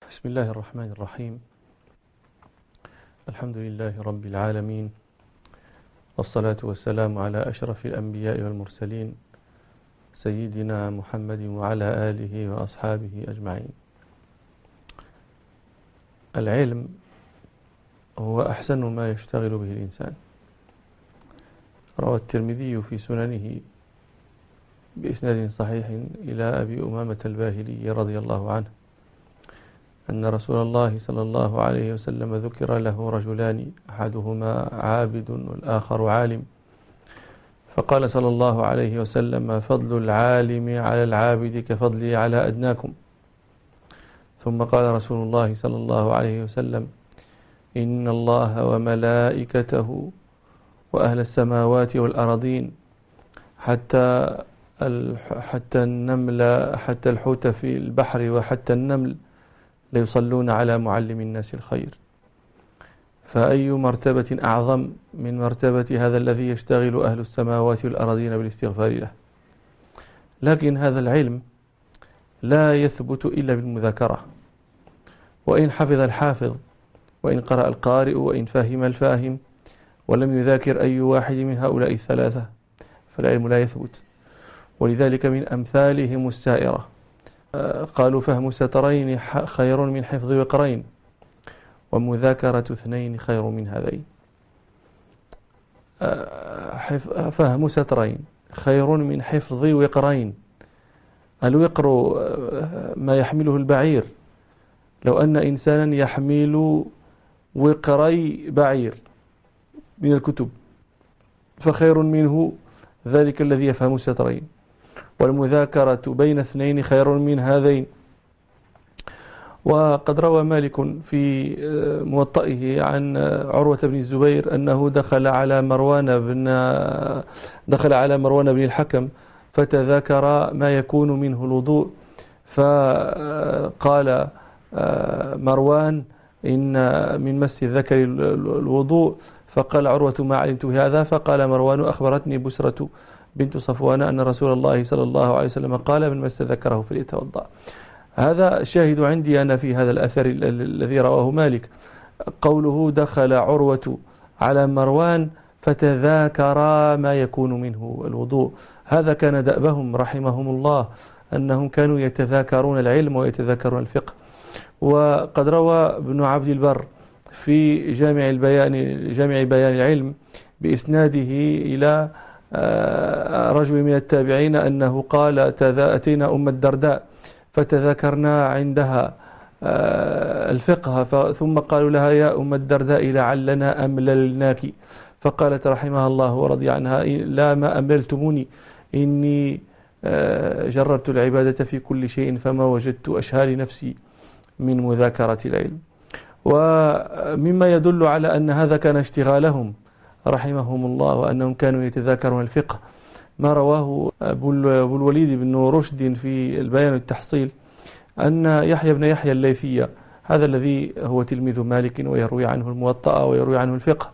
بسم الله الرحمن الرحيم. الحمد لله رب العالمين، والصلاة والسلام على أشرف الأنبياء والمرسلين سيدنا محمد وعلى آله وأصحابه أجمعين. العلم هو أحسن ما يشتغل به الإنسان. روى الترمذي في سننه بإسناد صحيح إلى أبي أمامة الباهلي رضي الله عنه أن رسول الله صلى الله عليه وسلم ذكر له رجلان، أحدهما عابد والآخر عالم، فقال صلى الله عليه وسلم: فضل العالم على العابد كفضلي على أدناكم. ثم قال رسول الله صلى الله عليه وسلم: إن الله وملائكته وأهل السماوات والأرضين حتى النمل، حتى الحوت في البحر وحتى النمل ليصلون على معلم الناس الخير. فأي مرتبة أعظم من مرتبة هذا الذي يشتغل أهل السماوات والأراضين بالاستغفار له؟ لكن هذا العلم لا يثبت إلا بالمذاكرة، وإن حفظ الحافظ، وإن قرأ القارئ، وإن فهم الفاهم، ولم يذاكر أي واحد من هؤلاء الثلاثة فالعلم لا يثبت. ولذلك من أمثالهم السائرة قالوا: فهم سترين خير من حفظ وقرين، ومذاكرة اثنين خير من هذين. فهم سترين خير من حفظ وقرين. الوقر ما يحمله البعير. لو أن إنسانا يحمل وقري بعير من الكتب فخير منه ذلك الذي يفهم سترين، والمذاكرة بين اثنين خير من هذين. وقد روى مالك في موطئه عن عروة بن الزبير أنه دخل على مروان بن الحكم فتذاكر ما يكون منه الوضوء، فقال مروان: إن من مس الذكر الوضوء. فقال عروة: ما علمت هذا. فقال مروان: أخبرتني بسرة بنت صفوان أن رسول الله صلى الله عليه وسلم قال: من مس ذكره فليتوضأ. هذا شاهد عندي أنا في هذا الأثر الذي رواه مالك، قوله: دخل عروة على مروان فتذاكرا ما يكون منه الوضوء. هذا كان دأبهم رحمهم الله، أنهم كانوا يتذاكرون العلم ويتذاكرون الفقه. وقد روى ابن عبد البر في جامع بيان العلم بإسناده إلى رجل من التابعين أنه قال: أتينا أم الدرداء فتذكرنا عندها الفقه، ثم قالوا لها: يا أم الدرداء لعلنا أمللناك. فقالت رحمها الله ورضي عنها: لا، ما أمللتموني، إني جربت العبادة في كل شيء فما وجدت أشهى لنفسي من مذاكرة العلم. ومما يدل على أن هذا كان اشتغالهم رحمهم الله، وأنهم كانوا يتذاكرون الفقه، ما رواه أبو الوليد بن رشد في البيان والتحصيل أن يحيى بن يحيى الليثي، هذا الذي هو تلميذ مالك ويروي عنه الموطأ ويروي عنه الفقه،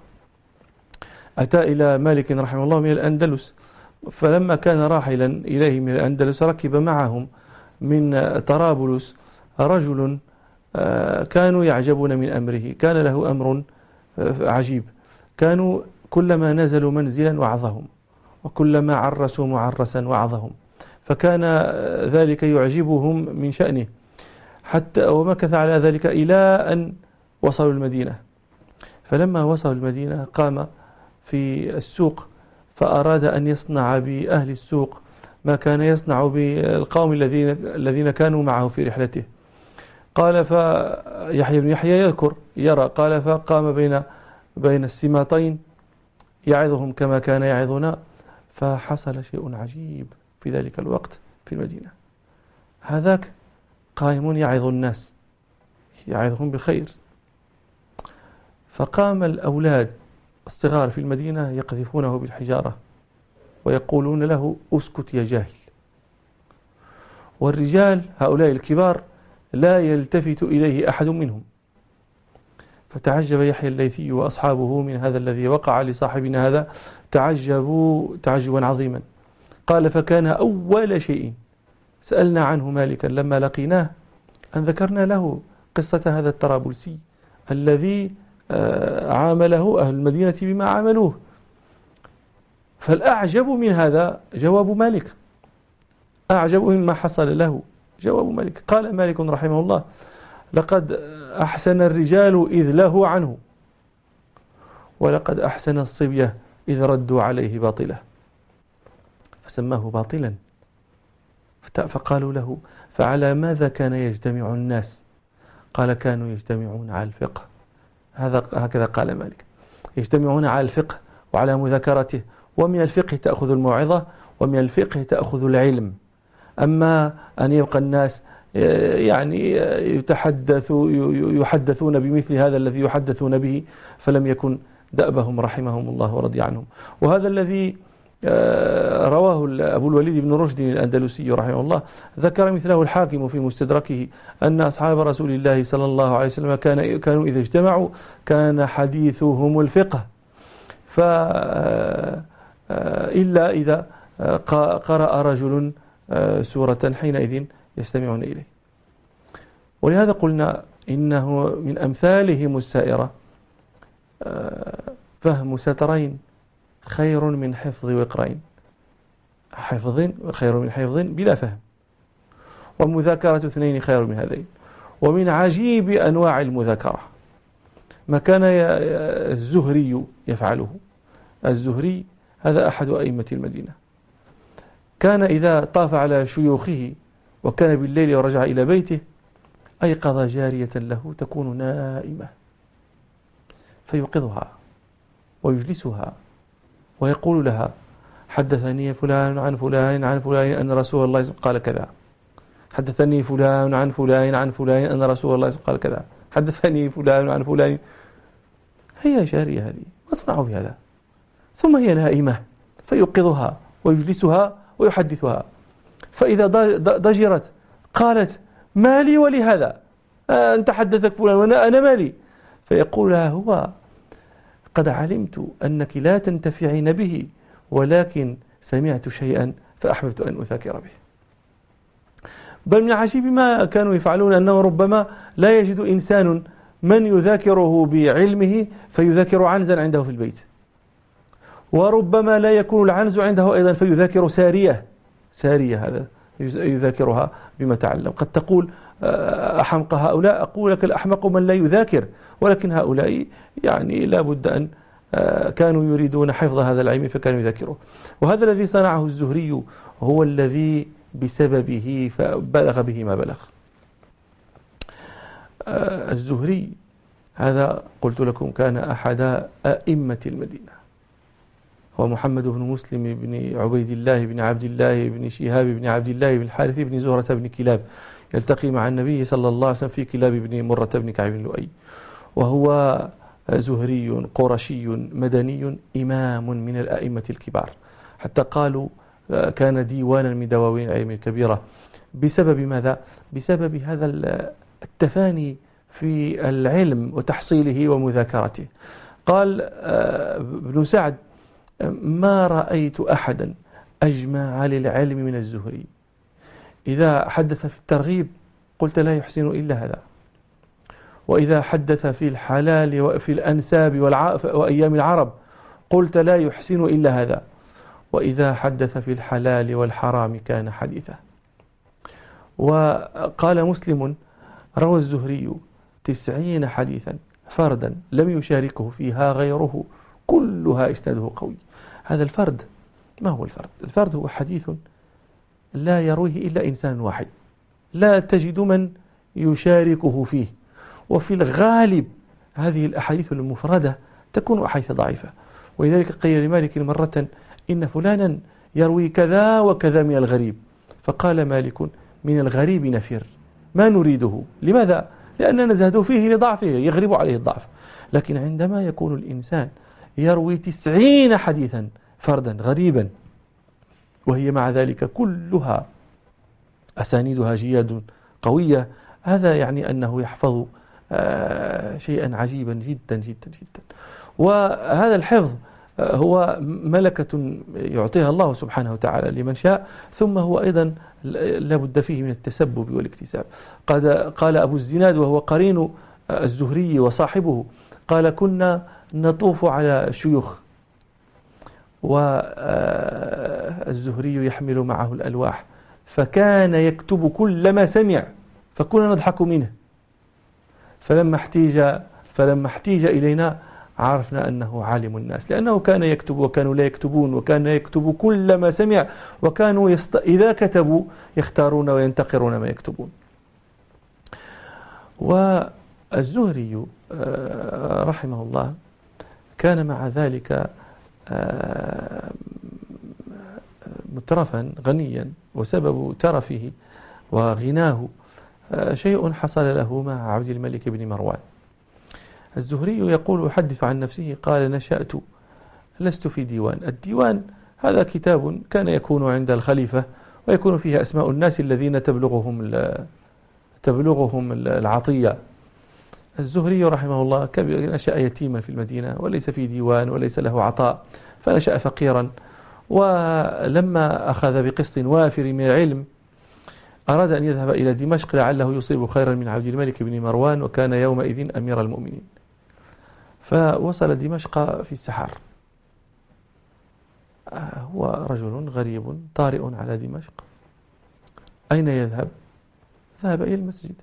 أتى إلى مالك رحمه الله من الأندلس، فلما كان راحلا إليه من الأندلس ركب معهم من طرابلس رجل كانوا يعجبون من أمره، كان له أمر عجيب. كانوا كلما نزلوا منزلا وعظهم، وكلما عرسوا معرسا وعظهم، فكان ذلك يعجبهم من شأنه، حتى ومكث على ذلك إلى أن وصلوا المدينة. فلما وصلوا المدينة قام في السوق فأراد أن يصنع بأهل السوق ما كان يصنع بالقوم الذين كانوا معه في رحلته. قال فيحيى بن يحيى يرى، قال فقام بين السماطين يعظهم كما كان يعظنا، فحصل شيء عجيب في ذلك الوقت في المدينة. هذاك قائم يعظ الناس، يعظهم بالخير، فقام الأولاد الصغار في المدينة يقذفونه بالحجارة ويقولون له: أسكت يا جاهل. والرجال هؤلاء الكبار لا يلتفت إليه أحد منهم. فتعجب يحيى الليثي وأصحابه من هذا الذي وقع لصاحبنا هذا، تعجبوا تعجبا عظيما. قال: فكان أول شيء سألنا عنه مالكا لما لقيناه أن ذكرنا له قصة هذا الطرابلسي الذي عامله أهل المدينة بما عاملوه. فالأعجب من هذا جواب مالك، أعجب مما حصل له جواب مالك. قال مالك رحمه الله: لقد أحسن الرجال إذ له عنه، ولقد أحسن الصبية إذ ردوا عليه باطله. فسماه باطلا. فقالوا له: فعلى ماذا كان يجتمع الناس؟ قال: كانوا يجتمعون على الفقه. هكذا قال مالك: يجتمعون على الفقه وعلى مذاكرته، ومن الفقه تأخذ الموعظة، ومن الفقه تأخذ العلم. أما أن يبقى الناس يعني يحدثون بمثل هذا الذي يحدثون به، فلم يكن دأبهم رحمهم الله ورضي عنهم. وهذا الذي رواه أبو الوليد بن رشد الأندلسي رحمه الله، ذكر مثله الحاكم في مستدركه أن أصحاب رسول الله صلى الله عليه وسلم كانوا إذا اجتمعوا كان حديثهم الفقه، إلا إذا قرأ رجل سورة حينئذ يستمعون إليه. ولهذا قلنا إنه من أمثالهم السائرة فهم سطرين خير من حفظ وقرين. حفظ خير من حفظ بلا فهم، ومذاكرة اثنين خير من هذين. ومن عجيب أنواع المذاكرة ما كان الزهري يفعله. الزهري هذا أحد أئمة المدينة، كان إذا طاف على شيوخه وكان بالليل ورجع إلى بيته أيقظ جارية له تكون نائمة، فيوقظها ويجلسها ويقول لها: حدثني فلان عن فلان عن فلان أن رسول الله قال كذا، حدثني فلان عن فلان عن فلان أن رسول الله قال كذا، حدثني فلان عن فلان. هي جارية هذه، ما تصنع بهذا؟ ثم هي نائمة فيوقظها ويجلسها ويحدثها، فإذا ضجرت قالت: ما لي ولهذا؟ أنت حدثك فلان وأنا مالي؟ فيقول لها: هو قد علمت أنك لا تنتفعين به، ولكن سمعت شيئا فأحببت أن أذاكر به. بل من عجيب ما كانوا يفعلون أنه ربما لا يجد إنسان من يذاكره بعلمه فيذاكر عنزا عنده في البيت، وربما لا يكون العنز عنده أيضا فيذاكر سارية هذا يذاكرها بما تعلم. قد تقول: أحمق هؤلاء. أقول لك: الأحمق من لا يذاكر، ولكن هؤلاء يعني لا بد أن كانوا يريدون حفظ هذا العلم فكانوا يذاكروه. وهذا الذي صنعه الزهري هو الذي بسببه فبلغ به ما بلغ. الزهري هذا قلت لكم كان أحد أئمة المدينة، هو محمد بن مسلم بن عبيد الله بن عبد الله بن شهاب بن عبد الله بن الحارث بن زهرة بن كلاب، يلتقي مع النبي صلى الله عليه وسلم في كلاب بن مرة بن كعب بن لؤي. وهو زهري قرشي مدني إمام من الأئمة الكبار، حتى قالوا كان ديوانا من دواوين العلم الكبيرة. بسبب ماذا؟ بسبب هذا التفاني في العلم وتحصيله ومذاكرته. قال ابن سعد: ما رأيت أحدا أجمع للعلم من الزهري. إذا حدث في الترغيب قلت لا يحسن إلا هذا، وإذا حدث في الحلال وفي الأنساب وأيام العرب قلت لا يحسن إلا هذا، وإذا حدث في الحلال والحرام كان حديثا. وقال مسلم: روى الزهري 90 حديثا فردا لم يشاركه فيها غيره، كلها إسناده قوي. هذا الفرد، ما هو الفرد؟ الفرد هو حديث لا يرويه إلا إنسان واحد، لا تجد من يشاركه فيه. وفي الغالب هذه الأحاديث المفردة تكون أحاديث ضعيفة. ولذلك قيل لمالك مرة: إن فلانا يروي كذا وكذا من الغريب. فقال مالك: من الغريب نفر، ما نريده. لماذا؟ لأننا نزهد فيه لضعفه، يغلب عليه الضعف. لكن عندما يكون الإنسان يروي 90 حديثا فردا غريبا، وهي مع ذلك كلها أسانيدها جياد قوية، هذا يعني أنه يحفظ شيئا عجيبا جدا جدا جدا. وهذا الحفظ هو ملكة يعطيها الله سبحانه وتعالى لمن شاء، ثم هو أيضا لا بد فيه من التسبب والاكتساب. قال أبو الزناد وهو قرين الزهري وصاحبه، قال كنا نطوف على شيوخ والزهري يحمل معه الألواح، فكان يكتب كل ما سمع فكنا نضحك منه، فلما احتيج إلينا عرفنا أنه عالم الناس، لأنه كان يكتب وكانوا لا يكتبون، وكان يكتب كل ما سمع، وكانوا إذا كتبوا يختارون وينتقرون ما يكتبون. والزهري رحمه الله كان مع ذلك مترفا غنيا، وسبب ترفه وغناه شيء حصل له مع عبد الملك بن مروان. الزهري يقول يحدث عن نفسه قال: نشأت لست في ديوان. الديوان هذا كتاب كان يكون عند الخليفة ويكون فيه أسماء الناس الذين تبلغهم العطية. الزهري رحمه الله نشأ يتيما في المدينة وليس في ديوان وليس له عطاء، فنشأ فقيرا، ولما أخذ بقسط وافر من العلم أراد أن يذهب إلى دمشق لعله يصيب خيرا من عبد الملك بن مروان، وكان يومئذ أمير المؤمنين. فوصل دمشق في السحر، هو رجل غريب طارئ على دمشق. أين يذهب؟ ذهب إلى المسجد،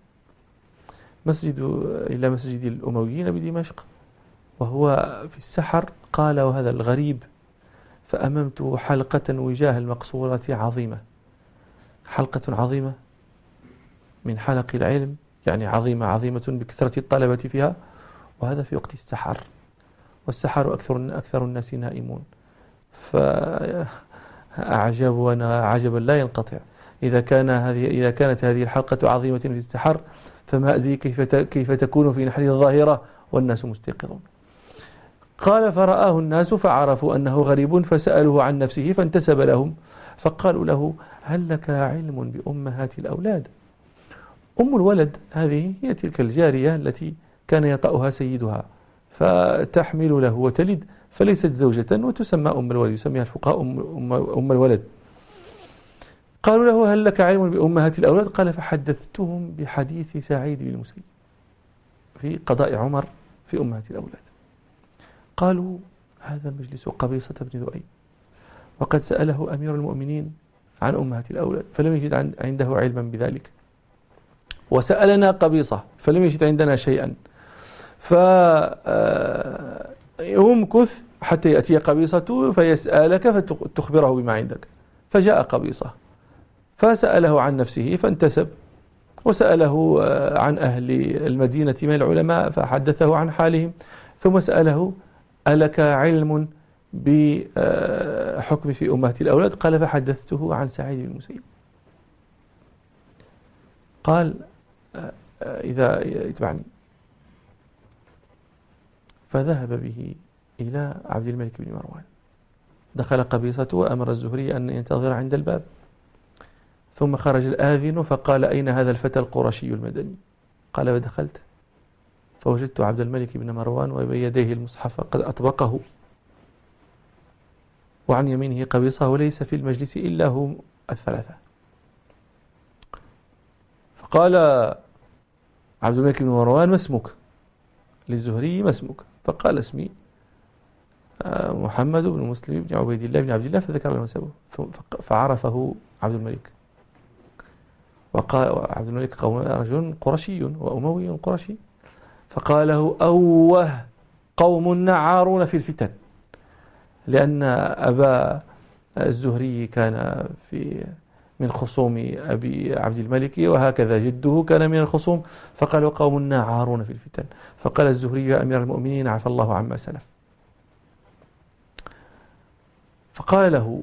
إلى مسجد الأمويين بدمشق، وهو في السحر قال: وهذا الغريب، فأممت حلقة وجاه المقصورة عظيمة، حلقة عظيمة من حلق العلم، يعني عظيمة بكثرة الطلبة فيها، وهذا في وقت السحر، والسحر أكثر الناس نائمون. فأعجبنا عجبا لا ينقطع، إذا كانت هذه الحلقة عظيمة في السحر، فما أدري كيف تكون في نحر الظاهرة والناس مستيقظون. قال: فرآه الناس فعرفوا أنه غريب، فسألوه عن نفسه فانتسب لهم، فقالوا له: هل لك علم بأمهات الأولاد؟ أم الولد هذه هي تلك الجارية التي كان يطأها سيدها فتحمل له وتلد، فليست زوجة وتسمى أم الولد، يسميها الفقهاء أم الولد. قالوا له: هل لك علم بأمهات الأولاد؟ قال: فحدثتهم بحديث سعيد بن المسيب في قضاء عمر في أمهات الأولاد. قالوا: هذا مجلس قبيصة بن ذؤيب، وقد سأله أمير المؤمنين عن أمهات الأولاد فلم يجد عنده علما بذلك، وسألنا قبيصة فلم يجد عندنا شيئا، فأمكث حتى يأتي قبيصة فيسألك فتخبره بما عندك. فجاء قبيصة فسأله عن نفسه فانتسب، وسأله عن أهل المدينة من العلماء فحدثه عن حالهم، ثم سأله: ألك علم بحكم في أمهات الأولاد؟ قال: فحدثته عن سعيد بن المسيب. قال: إذا يتبعني. فذهب به إلى عبد الملك بن مروان. دخل قبيصة وأمر الزهري أن ينتظر عند الباب، ثم خرج الآذن فقال: أين هذا الفتى القرشي المدني؟ قال: فدخلت فوجدت عبد الملك بن مروان وبيديه المصحف قد أطبقه، وعن يمينه قبيصة، وليس في المجلس إلا هم الثلاثة. فقال عبد الملك بن مروان: ما اسمك؟ للزهري: ما اسمك؟ فقال: اسمي محمد بن مسلم بن عبيد الله بن عبد الله، فذكر له نسبه، فعرفه عبد الملك. وقال عبد الملك: رجل قرشي وأموي قرشي. فقال له: أوه قوم نعارون في الفتن، لأن أبا الزهري كان من خصوم أبي عبد الملك، وهكذا جده كان من الخصوم، فقالوا: قوم نعارون في الفتن. فقال الزهري: يا أمير المؤمنين عفى الله عما سلف. فقال له: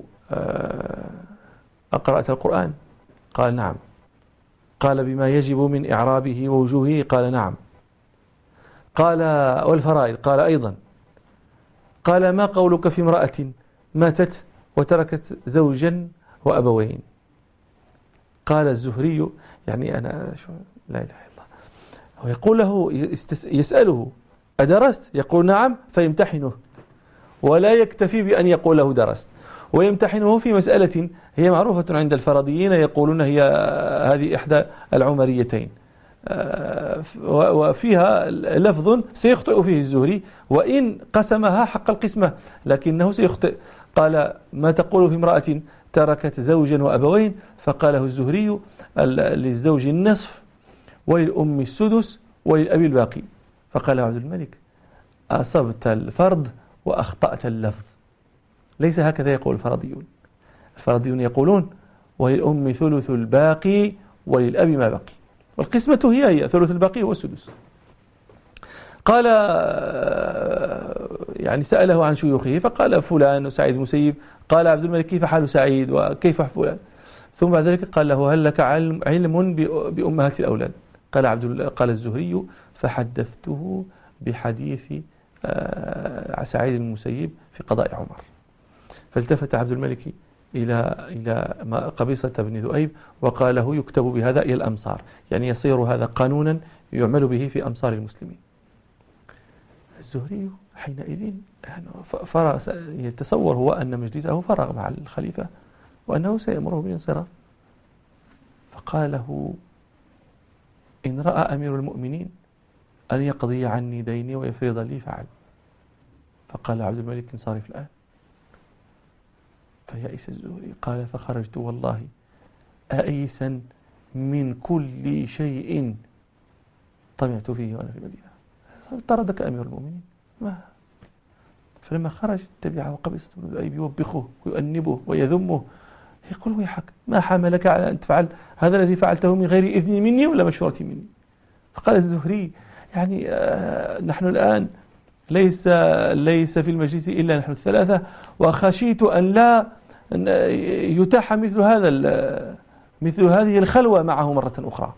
أقرأت القرآن؟ قال: نعم. قال: بما يجب من إعرابه ووجوهه؟ قال: نعم. قال: والفرائض؟ قال: أيضا. قال: ما قولك في امرأة ماتت وتركت زوجا وأبوين؟ قال الزهري: يعني أنا لا إله إلا الله. ويقول له، يسأله: أدرست؟ يقول: نعم. فيمتحنه ولا يكتفي بأن يقول له درست، ويمتحنه في مسألة هي معروفة عند الفرضيين، يقولون هي هذه إحدى العمريتين، وفيها لفظ سيخطئ فيه الزهري وإن قسمها حق القسمة، لكنه سيخطئ. قال: ما تقول في امرأة تركت زوجا وأبوين؟ فقاله الزهري: للزوج النصف، وللأم السدس، وللأب الباقي. فقال عبد الملك: أصبت الفرض وأخطأت اللفظ، ليس هكذا يقول الفرضيون. الفرضيون يقولون: وللأم ثلث الباقي، وللأب ما بقي، والقسمة هي ثلث الباقي والسدس. قال يعني سأله عن شيوخه، فقال: فلان وسعيد المسيب. قال عبد الملك: كيف حال سعيد وكيف فلان؟ ثم بعد ذلك قال له: هل لك علم بأمهات الأولاد؟ قال الزهري: فحدثته بحديث سعيد المسيب في قضاء عمر. فالتفت عبد الملك إلى قبيصة بن ذؤيب وقال له: يكتب بهذا إلى الأمصار، يعني يصير هذا قانونا يعمل به في أمصار المسلمين. الزهري حينئذ يتصور هو أن مجلسه فرغ مع الخليفة وأنه سيأمره بالانصراف، فقال له: إن رأى أمير المؤمنين أن يقضي عني ديني ويفرض لي فعل. فقال عبد الملك: انصرف الآن. فيأس الزهري. قال: فخرجت والله آيسا من كل شيء طمعت فيه وأنا في المدينة. طردك أمير المؤمنين. فلما خرج تبعه قبيصة بن ذؤيب يوبخه ويؤنبه ويذمه، يقول: ويحك، ما حملك على أن تفعل هذا الذي فعلته من غير إذن مني ولا مشورة مني؟ فقال الزهري: يعني نحن الآن ليس في المجلس إلا نحن الثلاثة، وخشيت أن لا يتاح مثل هذه الخلوة معه مرة أخرى.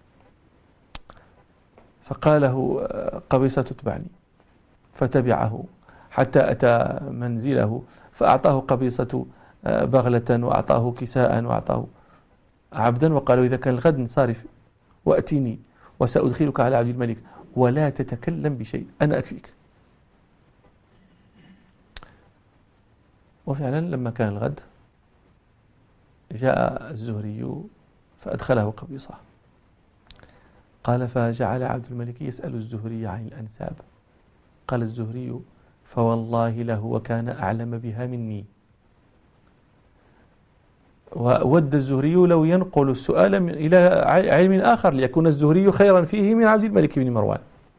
فقاله قبيصة: اتبعني. فتبعه حتى أتى منزله، فأعطاه قبيصة بغلة وأعطاه كساء وأعطاه عبدا، وقالوا: إذا كان الغد انصرف وأتني وسأدخلك على عبد الملك ولا تتكلم بشيء، أنا أكفيك. وفعلا لما كان الغد جاء الزهري فأدخله قبيصة. قال: فجعل عبد الملك يسأل الزهري عن الأنساب. قال الزهري: فوالله لهو كان أعلم بها مني. وود الزهري لو ينقل السؤال إلى علم آخر ليكون الزهري خيرا فيه من عبد الملك بن مروان.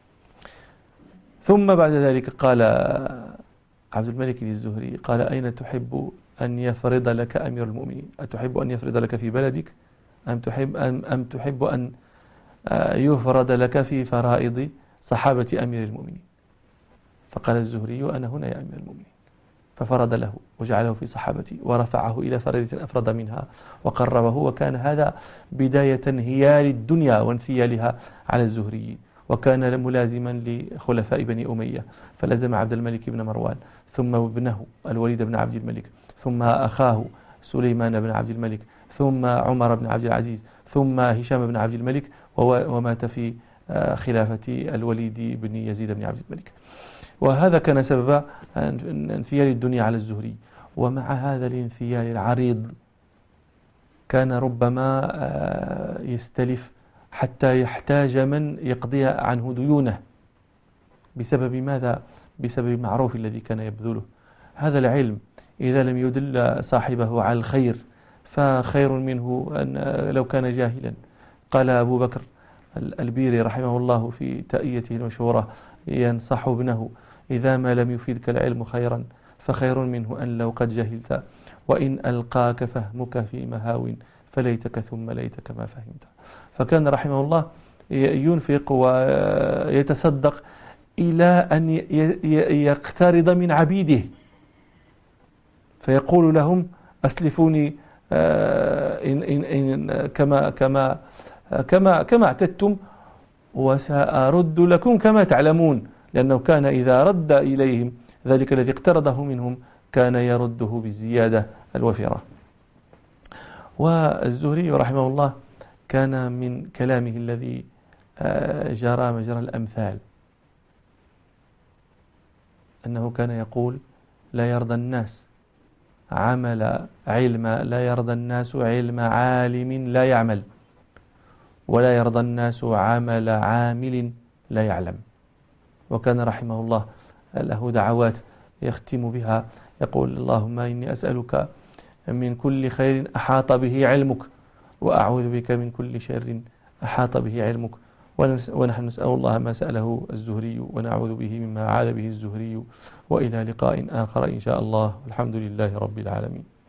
ثم بعد ذلك قال عبد الملك للزهري: قال: أين تحب أن يفرض لك أمير المؤمنين؟ أتحب أن يفرض لك في بلدك أم تحب أن يفرض لك في فرائض صحابة أمير المؤمنين؟ فقال الزهري: أنا هنا يا أمير المؤمنين. ففرض له وجعله في صحابتي ورفعه إلى فريضة أفرض منها وقربه، وكان هذا بداية انهيار الدنيا وانثيالها على الزهري، وكان ملازما لخلفاء بني أمية، فلزم عبد الملك بن مروان، ثم ابنه الوليد بن عبد الملك، ثم أخاه سليمان بن عبد الملك، ثم عمر بن عبد العزيز، ثم هشام بن عبد الملك، ومات في خلافة الوليد بن يزيد بن عبد الملك. وهذا كان سبب انثيال الدنيا على الزهري. ومع هذا الانثيال العريض كان ربما يستلف حتى يحتاج من يقضي عنه ديونه. بسبب ماذا؟ بسبب المعروف الذي كان يبذله. هذا العلم إذا لم يدل صاحبه على الخير فخير منه أن لو كان جاهلا. قال أبو بكر البيري رحمه الله في تأيته المشهورة ينصح ابنه: إذا ما لم يفيدك العلم خيرا فخير منه أن لو قد جهلت، وإن ألقاك فهمك في مهاو فليتك ثم ليتك ما فهمت. فكان رحمه الله ينفق ويتصدق إلى أن يقترض من عبيده، فيقول لهم: أسلفوني إن كما اعتدتم، وسأرد لكم كما تعلمون. لأنه كان إذا رد إليهم ذلك الذي اقترضه منهم كان يرده بالزيادة الوفرة. والزهري رحمه الله كان من كلامه الذي جرى مجرى الأمثال أنه كان يقول: لا يرضى الناس لا يرضى الناس علم عالم لا يعمل، ولا يرضى الناس عمل عامل لا يعلم. وكان رحمه الله له دعوات يختم بها، يقول: اللهم إني أسألك من كل خير أحاط به علمك، وأعوذ بك من كل شر أحاط به علمك. ونحن نسأل الله ما سأله الزهري، ونعوذ به مما عاد به الزهري. وإلى لقاء آخر إن شاء الله، والحمد لله رب العالمين.